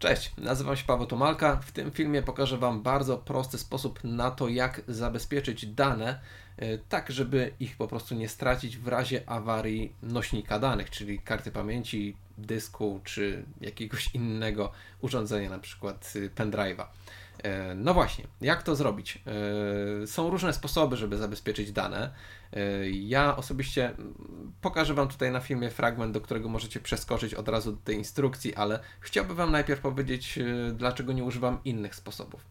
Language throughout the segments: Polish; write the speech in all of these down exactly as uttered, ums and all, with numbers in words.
Cześć, nazywam się Paweł Tomalka. W tym filmie pokażę Wam bardzo prosty sposób na to, jak zabezpieczyć dane, tak żeby ich po prostu nie stracić w razie awarii nośnika danych, czyli karty pamięci, dysku czy jakiegoś innego urządzenia, na przykład pendrive'a. No właśnie, jak to zrobić? Są różne sposoby, żeby zabezpieczyć dane. Ja osobiście pokażę Wam tutaj na filmie fragment, do którego możecie przeskoczyć od razu do tej instrukcji, ale chciałbym Wam najpierw powiedzieć, dlaczego nie używam innych sposobów.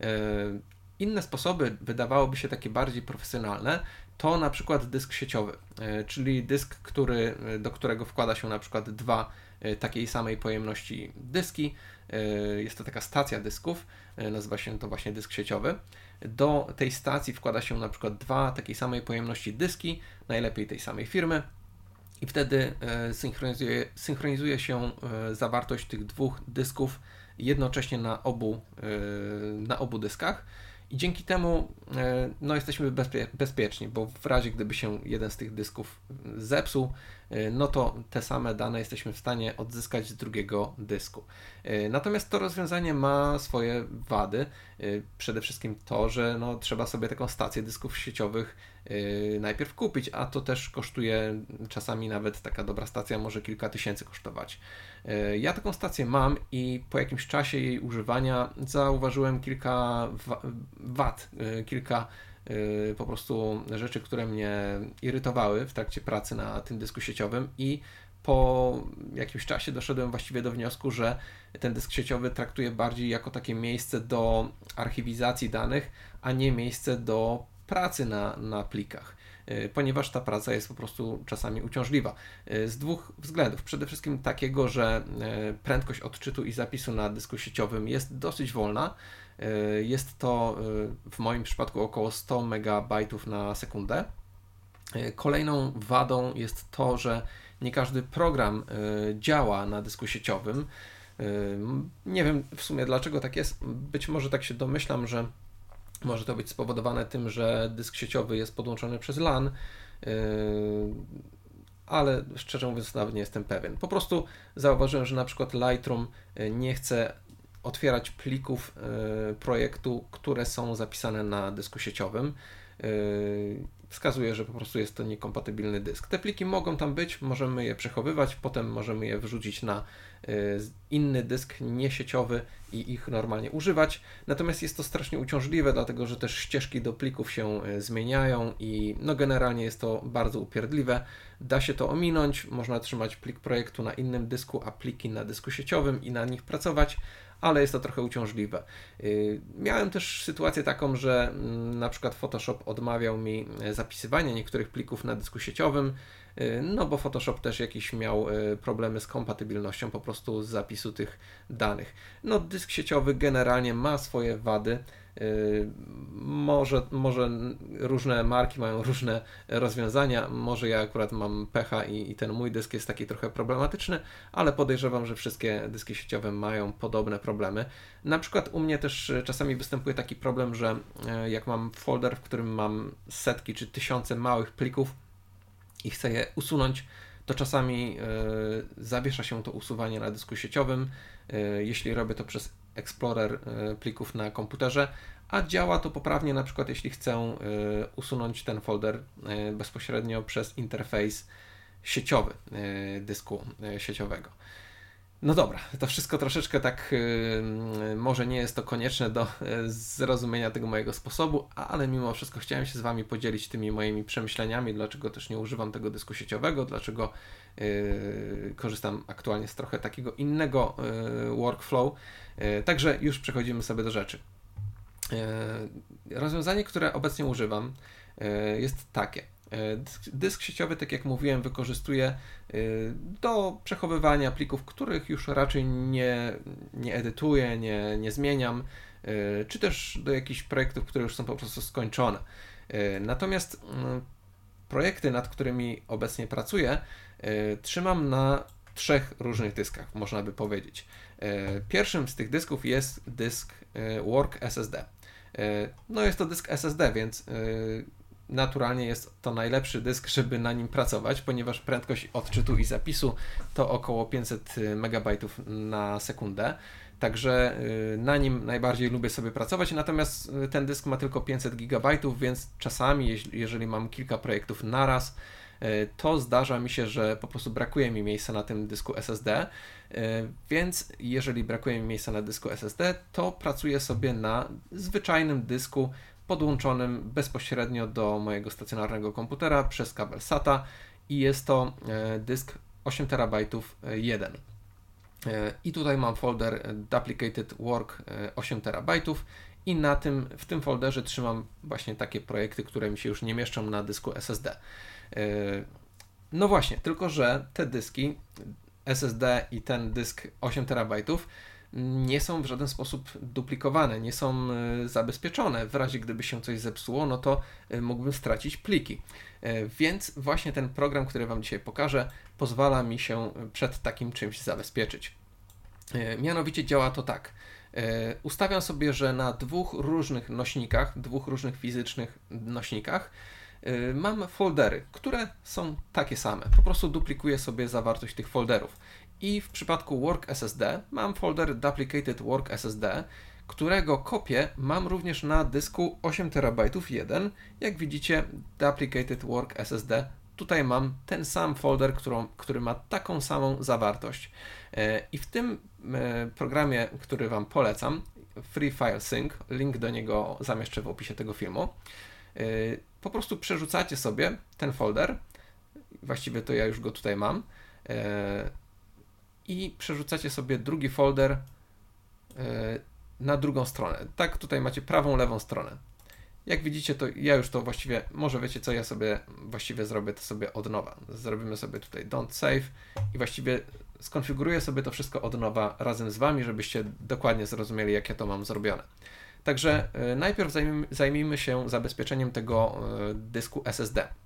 Inne sposoby, wydawałoby się takie bardziej profesjonalne, to na przykład dysk sieciowy, czyli dysk, który, do którego wkłada się na przykład dwa takiej samej pojemności dyski. Jest to taka stacja dysków, nazywa się to właśnie dysk sieciowy. Do tej stacji wkłada się na przykład dwa takiej samej pojemności dyski, najlepiej tej samej firmy, i wtedy synchronizuje, synchronizuje się zawartość tych dwóch dysków jednocześnie na obu, na obu dyskach. I dzięki temu no, jesteśmy bezpie- bezpieczni, bo w razie gdyby się jeden z tych dysków zepsuł, no to te same dane jesteśmy w stanie odzyskać z drugiego dysku. Natomiast to rozwiązanie ma swoje wady. Przede wszystkim to, że no, trzeba sobie taką stację dysków sieciowych najpierw kupić, a to też kosztuje, czasami nawet taka dobra stacja może kilka tysięcy kosztować. Ja taką stację mam i po jakimś czasie jej używania zauważyłem kilka wad, kilka po prostu rzeczy, które mnie irytowały w trakcie pracy na tym dysku sieciowym, i po jakimś czasie doszedłem właściwie do wniosku, że ten dysk sieciowy traktuję bardziej jako takie miejsce do archiwizacji danych, a nie miejsce do pracy na, na plikach, ponieważ ta praca jest po prostu czasami uciążliwa. Z dwóch względów. Przede wszystkim takiego, że prędkość odczytu i zapisu na dysku sieciowym jest dosyć wolna. Jest to w moim przypadku około sto megabajtów na sekundę. Kolejną wadą jest to, że nie każdy program działa na dysku sieciowym. Nie wiem w sumie dlaczego tak jest. Być może tak się domyślam, że może to być spowodowane tym, że dysk sieciowy jest podłączony przez LAN, ale szczerze mówiąc nawet nie jestem pewien. Po prostu zauważyłem, że na przykład Lightroom nie chce otwierać plików projektu, które są zapisane na dysku sieciowym. Wskazuje, że po prostu jest to niekompatybilny dysk. Te pliki mogą tam być, możemy je przechowywać, potem możemy je wrzucić na inny dysk niesieciowy i ich normalnie używać. Natomiast jest to strasznie uciążliwe, dlatego że też ścieżki do plików się zmieniają i no generalnie jest to bardzo upierdliwe. Da się to ominąć, można trzymać plik projektu na innym dysku, a pliki na dysku sieciowym i na nich pracować, ale jest to trochę uciążliwe. Miałem też sytuację taką, że na przykład Photoshop odmawiał mi zapisywania niektórych plików na dysku sieciowym, no bo Photoshop też jakieś miał problemy z kompatybilnością po prostu z zapisu tych danych. No dysk sieciowy generalnie ma swoje wady. Może, może różne marki mają różne rozwiązania, może ja akurat mam pecha i, i ten mój dysk jest taki trochę problematyczny, ale podejrzewam, że wszystkie dyski sieciowe mają podobne problemy. Na przykład u mnie też czasami występuje taki problem, że jak mam folder, w którym mam setki czy tysiące małych plików i chcę je usunąć, to czasami zawiesza się to usuwanie na dysku sieciowym, jeśli robię to przez Explorer plików na komputerze, a działa to poprawnie na przykład jeśli chcę usunąć ten folder bezpośrednio przez interfejs sieciowy dysku sieciowego. No dobra, to wszystko troszeczkę tak, może nie jest to konieczne do zrozumienia tego mojego sposobu, ale mimo wszystko chciałem się z Wami podzielić tymi moimi przemyśleniami, dlaczego też nie używam tego dysku sieciowego, dlaczego korzystam aktualnie z trochę takiego innego workflow. Także już przechodzimy sobie do rzeczy. Rozwiązanie, które obecnie używam, jest takie. Dysk sieciowy, tak jak mówiłem, wykorzystuję do przechowywania plików, których już raczej nie, nie edytuję, nie, nie zmieniam, czy też do jakichś projektów, które już są po prostu skończone. Natomiast projekty, nad którymi obecnie pracuję, trzymam na trzech różnych dyskach, można by powiedzieć. Pierwszym z tych dysków jest dysk Work S S D. No jest to dysk S S D, więc naturalnie jest to najlepszy dysk, żeby na nim pracować, ponieważ prędkość odczytu i zapisu to około pięćset megabajtów na sekundę. Także na nim najbardziej lubię sobie pracować, natomiast ten dysk ma tylko pięćset gigabajtów, więc czasami, jeżeli mam kilka projektów naraz, to zdarza mi się, że po prostu brakuje mi miejsca na tym dysku S S D, więc jeżeli brakuje mi miejsca na dysku S S D, to pracuję sobie na zwyczajnym dysku podłączonym bezpośrednio do mojego stacjonarnego komputera przez kabel SATA i jest to dysk osiem terabajtów jeden. I tutaj mam folder Duplicated Work osiem terabajtów i na tym, w tym folderze trzymam właśnie takie projekty, które mi się już nie mieszczą na dysku S S D. No właśnie, tylko że te dyski S S D i ten dysk osiem terabajtów nie są w żaden sposób duplikowane, nie są zabezpieczone. W razie gdyby się coś zepsuło, no to mógłbym stracić pliki. Więc właśnie ten program, który Wam dzisiaj pokażę, pozwala mi się przed takim czymś zabezpieczyć. Mianowicie działa to tak. Ustawiam sobie, że na dwóch różnych nośnikach, dwóch różnych fizycznych nośnikach mam foldery, które są takie same. Po prostu duplikuję sobie zawartość tych folderów. I w przypadku Work S S D mam folder Duplicated Work S S D, którego kopię mam również na dysku osiem terabajtów jeden. Jak widzicie, Duplicated Work S S D, tutaj mam ten sam folder, którą, który ma taką samą zawartość. I w tym programie, który Wam polecam, Free File Sync, link do niego zamieszczę w opisie tego filmu, po prostu przerzucacie sobie ten folder, właściwie to ja już go tutaj mam, i przerzucacie sobie drugi folder na drugą stronę. Tak, tutaj macie prawą, lewą stronę. Jak widzicie, to ja już to właściwie, może wiecie co, ja sobie właściwie zrobię to sobie od nowa. Zrobimy sobie tutaj don't save i właściwie skonfiguruję sobie to wszystko od nowa razem z Wami, żebyście dokładnie zrozumieli, jak ja to mam zrobione. Także najpierw zajmijmy, zajmijmy się zabezpieczeniem tego dysku S S D.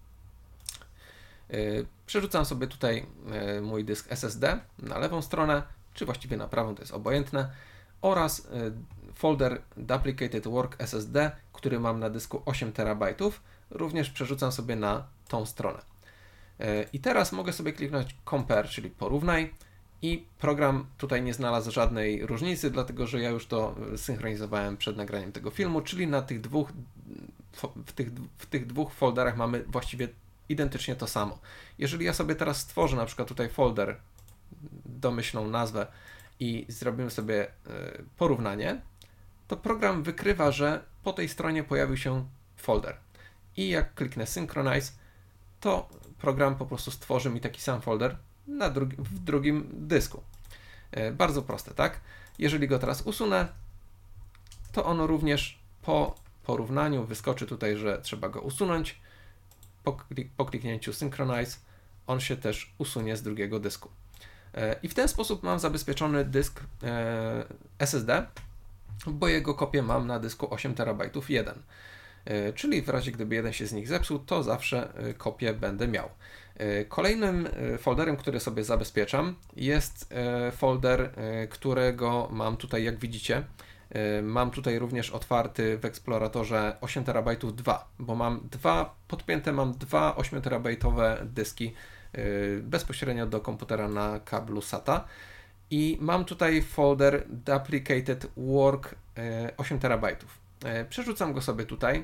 Przerzucam sobie tutaj mój dysk S S D na lewą stronę, czy właściwie na prawą, to jest obojętne, oraz folder Duplicated Work S S D, który mam na dysku osiem terabajtów, również przerzucam sobie na tą stronę. I teraz mogę sobie kliknąć Compare, czyli porównaj, i program tutaj nie znalazł żadnej różnicy, dlatego że ja już to synchronizowałem przed nagraniem tego filmu, czyli na tych dwóch, w tych, w tych dwóch folderach mamy właściwie identycznie to samo. Jeżeli ja sobie teraz stworzę na przykład tutaj folder, domyślną nazwę i zrobimy sobie porównanie, to program wykrywa, że po tej stronie pojawił się folder. I jak kliknę Synchronize, to program po prostu stworzy mi taki sam folder na drugi, w drugim dysku. Bardzo proste, tak? Jeżeli go teraz usunę, to ono również po porównaniu wyskoczy tutaj, że trzeba go usunąć. Po, klik, po kliknięciu Synchronize on się też usunie z drugiego dysku. I w ten sposób mam zabezpieczony dysk S S D, bo jego kopię mam na dysku osiem terabajtów jeden. Czyli w razie gdyby jeden się z nich zepsuł, to zawsze kopię będę miał. Kolejnym folderem, który sobie zabezpieczam, jest folder, którego mam tutaj, jak widzicie, mam tutaj również otwarty w eksploratorze osiem terabajtów dwa, bo mam dwa, podpięte mam dwa osiem terabajtowe dyski bezpośrednio do komputera na kablu SATA i mam tutaj folder Duplicated Work osiem terabajtów. Przerzucam go sobie tutaj,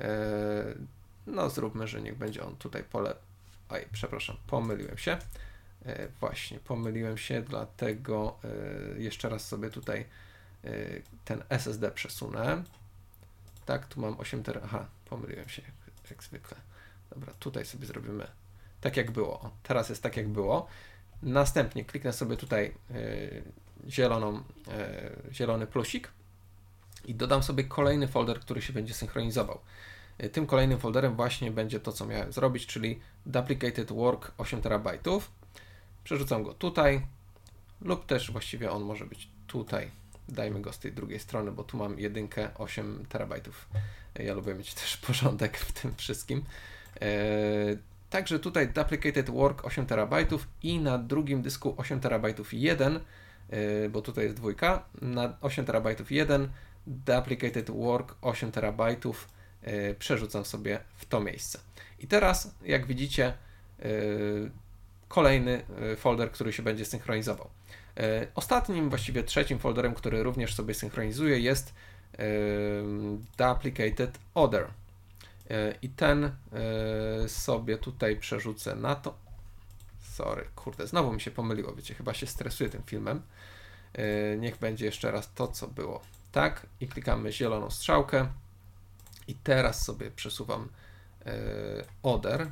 no zróbmy, że niech będzie on tutaj pole, oj, przepraszam, pomyliłem się, właśnie, pomyliłem się, dlatego jeszcze raz sobie tutaj ten S S D przesunę, tak, tu mam osiem terabajtów, aha, pomyliłem się jak, jak zwykle, dobra, tutaj sobie zrobimy tak jak było, o, teraz jest tak jak było, następnie kliknę sobie tutaj zieloną, zielony plusik i dodam sobie kolejny folder, który się będzie synchronizował. Tym kolejnym folderem właśnie będzie to, co miałem zrobić, czyli Duplicated Work osiem terabajtów. Przerzucam go tutaj lub też właściwie on może być tutaj. Dajmy go z tej drugiej strony, bo tu mam jedynkę osiem terabajtów. Ja lubię mieć też porządek w tym wszystkim. Także tutaj Duplicated Work osiem terabajtów i na drugim dysku osiem terabajtów jeden, bo tutaj jest dwójka, na osiem terabajtów jeden Duplicated Work osiem terabajtów przerzucam sobie w to miejsce. I teraz, jak widzicie, kolejny folder, który się będzie synchronizował. Ostatnim, właściwie trzecim folderem, który również sobie synchronizuje, jest Duplicated Other. I ten sobie tutaj przerzucę na to. Sorry, kurde, znowu mi się pomyliło, wiecie, chyba się stresuję tym filmem. Niech będzie jeszcze raz to, co było. Tak, i klikamy zieloną strzałkę. I teraz sobie przesuwam Other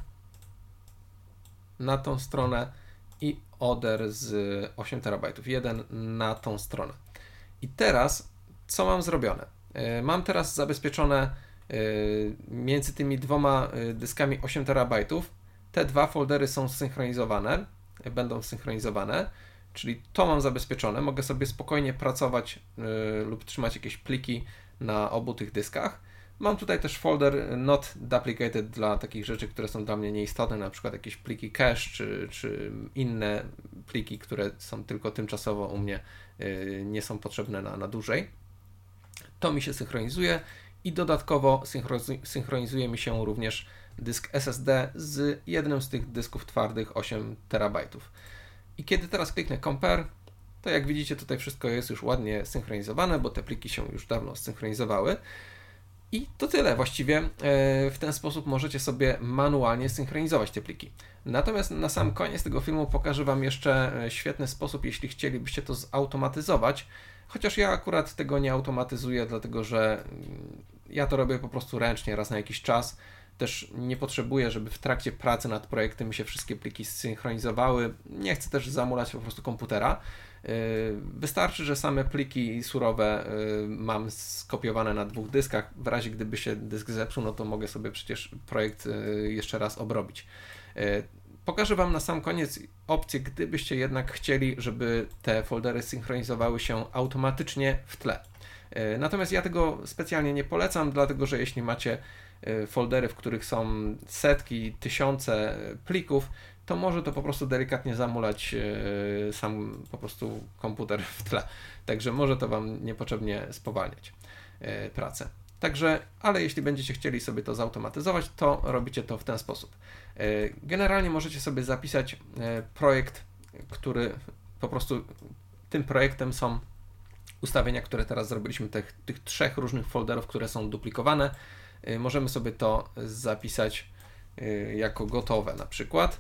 na tą stronę i Other z osiem terabajtów, jeden na tą stronę. I teraz, co mam zrobione? Mam teraz zabezpieczone między tymi dwoma dyskami osiem terabajtów. Te dwa foldery są zsynchronizowane, będą zsynchronizowane, czyli to mam zabezpieczone. Mogę sobie spokojnie pracować lub trzymać jakieś pliki na obu tych dyskach. Mam tutaj też folder not duplicated dla takich rzeczy, które są dla mnie nieistotne, na przykład jakieś pliki cache, czy, czy inne pliki, które są tylko tymczasowo u mnie, nie są potrzebne na, na dłużej. To mi się synchronizuje i dodatkowo synchronizuje mi się również dysk S S D z jednym z tych dysków twardych osiem terabajtów. I kiedy teraz kliknę Compare, to jak widzicie tutaj wszystko jest już ładnie synchronizowane, bo te pliki się już dawno synchronizowały. I to tyle właściwie. W ten sposób możecie sobie manualnie synchronizować te pliki. Natomiast na sam koniec tego filmu pokażę Wam jeszcze świetny sposób, jeśli chcielibyście to zautomatyzować. Chociaż ja akurat tego nie automatyzuję, dlatego że ja to robię po prostu ręcznie raz na jakiś czas. Też nie potrzebuję, żeby w trakcie pracy nad projektem mi się wszystkie pliki zsynchronizowały. Nie chcę też zamulać po prostu komputera. Wystarczy, że same pliki surowe mam skopiowane na dwóch dyskach. W razie gdyby się dysk zepsuł, no to mogę sobie przecież projekt jeszcze raz obrobić. Pokażę Wam na sam koniec opcję, gdybyście jednak chcieli, żeby te foldery synchronizowały się automatycznie w tle. Natomiast ja tego specjalnie nie polecam, dlatego że jeśli macie foldery, w których są setki, tysiące plików, to może to po prostu delikatnie zamulać sam po prostu komputer w tle. Także może to Wam niepotrzebnie spowalniać pracę. Także, ale jeśli będziecie chcieli sobie to zautomatyzować, to robicie to w ten sposób. Generalnie możecie sobie zapisać projekt, który po prostu tym projektem są ustawienia, które teraz zrobiliśmy, tych, tych trzech różnych folderów, które są duplikowane. Możemy sobie to zapisać jako gotowe na przykład.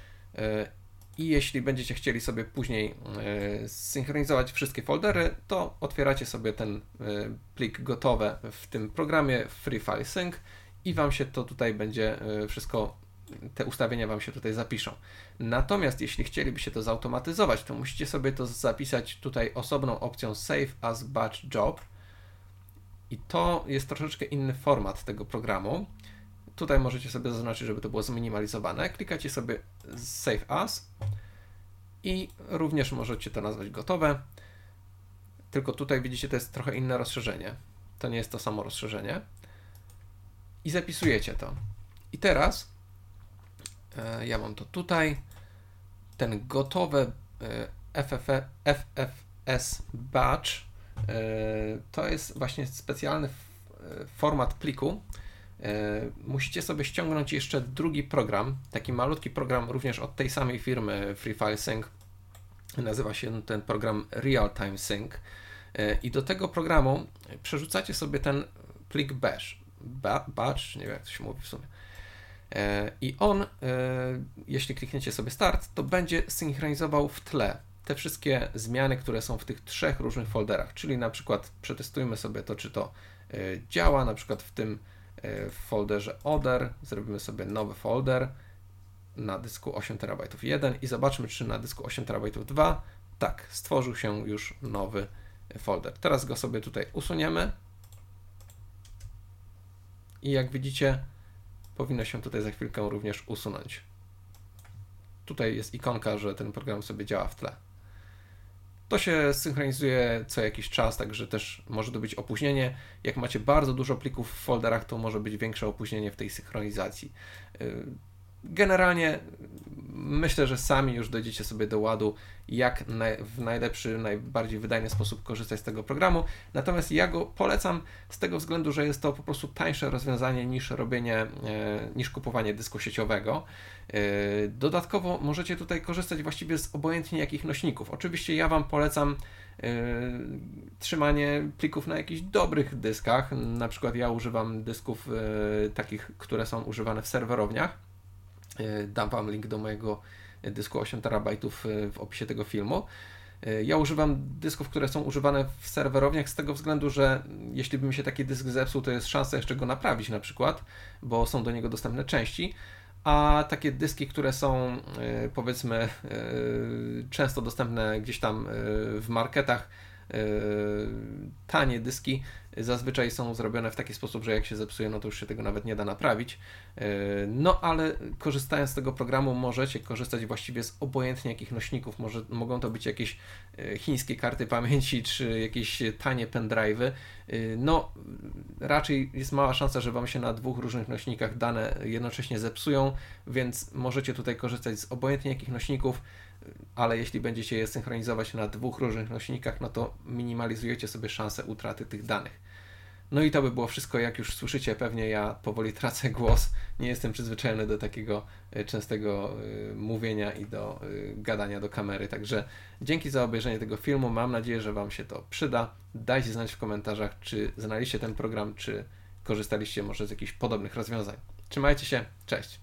I jeśli będziecie chcieli sobie później zsynchronizować wszystkie foldery, to otwieracie sobie ten plik gotowe w tym programie Free File Sync i Wam się to tutaj będzie wszystko, te ustawienia Wam się tutaj zapiszą. Natomiast jeśli chcielibyście to zautomatyzować, to musicie sobie to zapisać tutaj osobną opcją Save as Batch Job i to jest troszeczkę inny format tego programu. Tutaj możecie sobie zaznaczyć, żeby to było zminimalizowane. Klikacie sobie Save As i również możecie to nazwać gotowe. Tylko tutaj widzicie, to jest trochę inne rozszerzenie. To nie jest to samo rozszerzenie. I zapisujecie to. I teraz e, ja mam to tutaj. Ten gotowy e, F F S Batch e, to jest właśnie specjalny f, e, format pliku. Musicie sobie ściągnąć jeszcze drugi program, taki malutki program również od tej samej firmy Free File Sync. Nazywa się ten program Real Time Sync i do tego programu przerzucacie sobie ten plik bash, batch, nie wiem jak to się mówi w sumie. I on, jeśli klikniecie sobie start, to będzie synchronizował w tle te wszystkie zmiany, które są w tych trzech różnych folderach, czyli na przykład przetestujmy sobie to, czy to działa, na przykład w tym w folderze Other zrobimy sobie nowy folder na dysku osiem terabajtów jeden i zobaczmy, czy na dysku osiem terabajtów dwa, tak, stworzył się już nowy folder. Teraz go sobie tutaj usuniemy i jak widzicie, powinno się tutaj za chwilkę również usunąć. Tutaj jest ikonka, że ten program sobie działa w tle. To się synchronizuje co jakiś czas, także też może to być opóźnienie. Jak macie bardzo dużo plików w folderach, to może być większe opóźnienie w tej synchronizacji. generalnie myślę, że sami już dojdziecie sobie do ładu, jak naj, w najlepszy, najbardziej wydajny sposób korzystać z tego programu. Natomiast ja go polecam z tego względu, że jest to po prostu tańsze rozwiązanie niż robienie, e, niż kupowanie dysku sieciowego. E, dodatkowo możecie tutaj korzystać właściwie z obojętnie jakich nośników. Oczywiście ja Wam polecam e, trzymanie plików na jakichś dobrych dyskach. Na przykład ja używam dysków e, takich, które są używane w serwerowniach. Dam Wam link do mojego dysku osiem terabajtów w opisie tego filmu. Ja używam dysków, które są używane w serwerowniach z tego względu, że jeśli by mi się taki dysk zepsuł, to jest szansa jeszcze go naprawić na przykład, bo są do niego dostępne części, a takie dyski, które są powiedzmy często dostępne gdzieś tam w marketach, tanie dyski zazwyczaj są zrobione w taki sposób, że jak się zepsuje, no to już się tego nawet nie da naprawić. No ale korzystając z tego programu możecie korzystać właściwie z obojętnie jakich nośników. Może, mogą to być jakieś chińskie karty pamięci, czy jakieś tanie pendrive'y. No raczej jest mała szansa, że Wam się na dwóch różnych nośnikach dane jednocześnie zepsują, więc możecie tutaj korzystać z obojętnie jakich nośników, ale jeśli będziecie je synchronizować na dwóch różnych nośnikach, no to minimalizujecie sobie szansę utraty tych danych. No i to by było wszystko. Jak już słyszycie, pewnie ja powoli tracę głos. Nie jestem przyzwyczajony do takiego częstego mówienia i do gadania do kamery. Także dzięki za obejrzenie tego filmu. Mam nadzieję, że Wam się to przyda. Dajcie znać w komentarzach, czy znaliście ten program, czy korzystaliście może z jakichś podobnych rozwiązań. Trzymajcie się, cześć!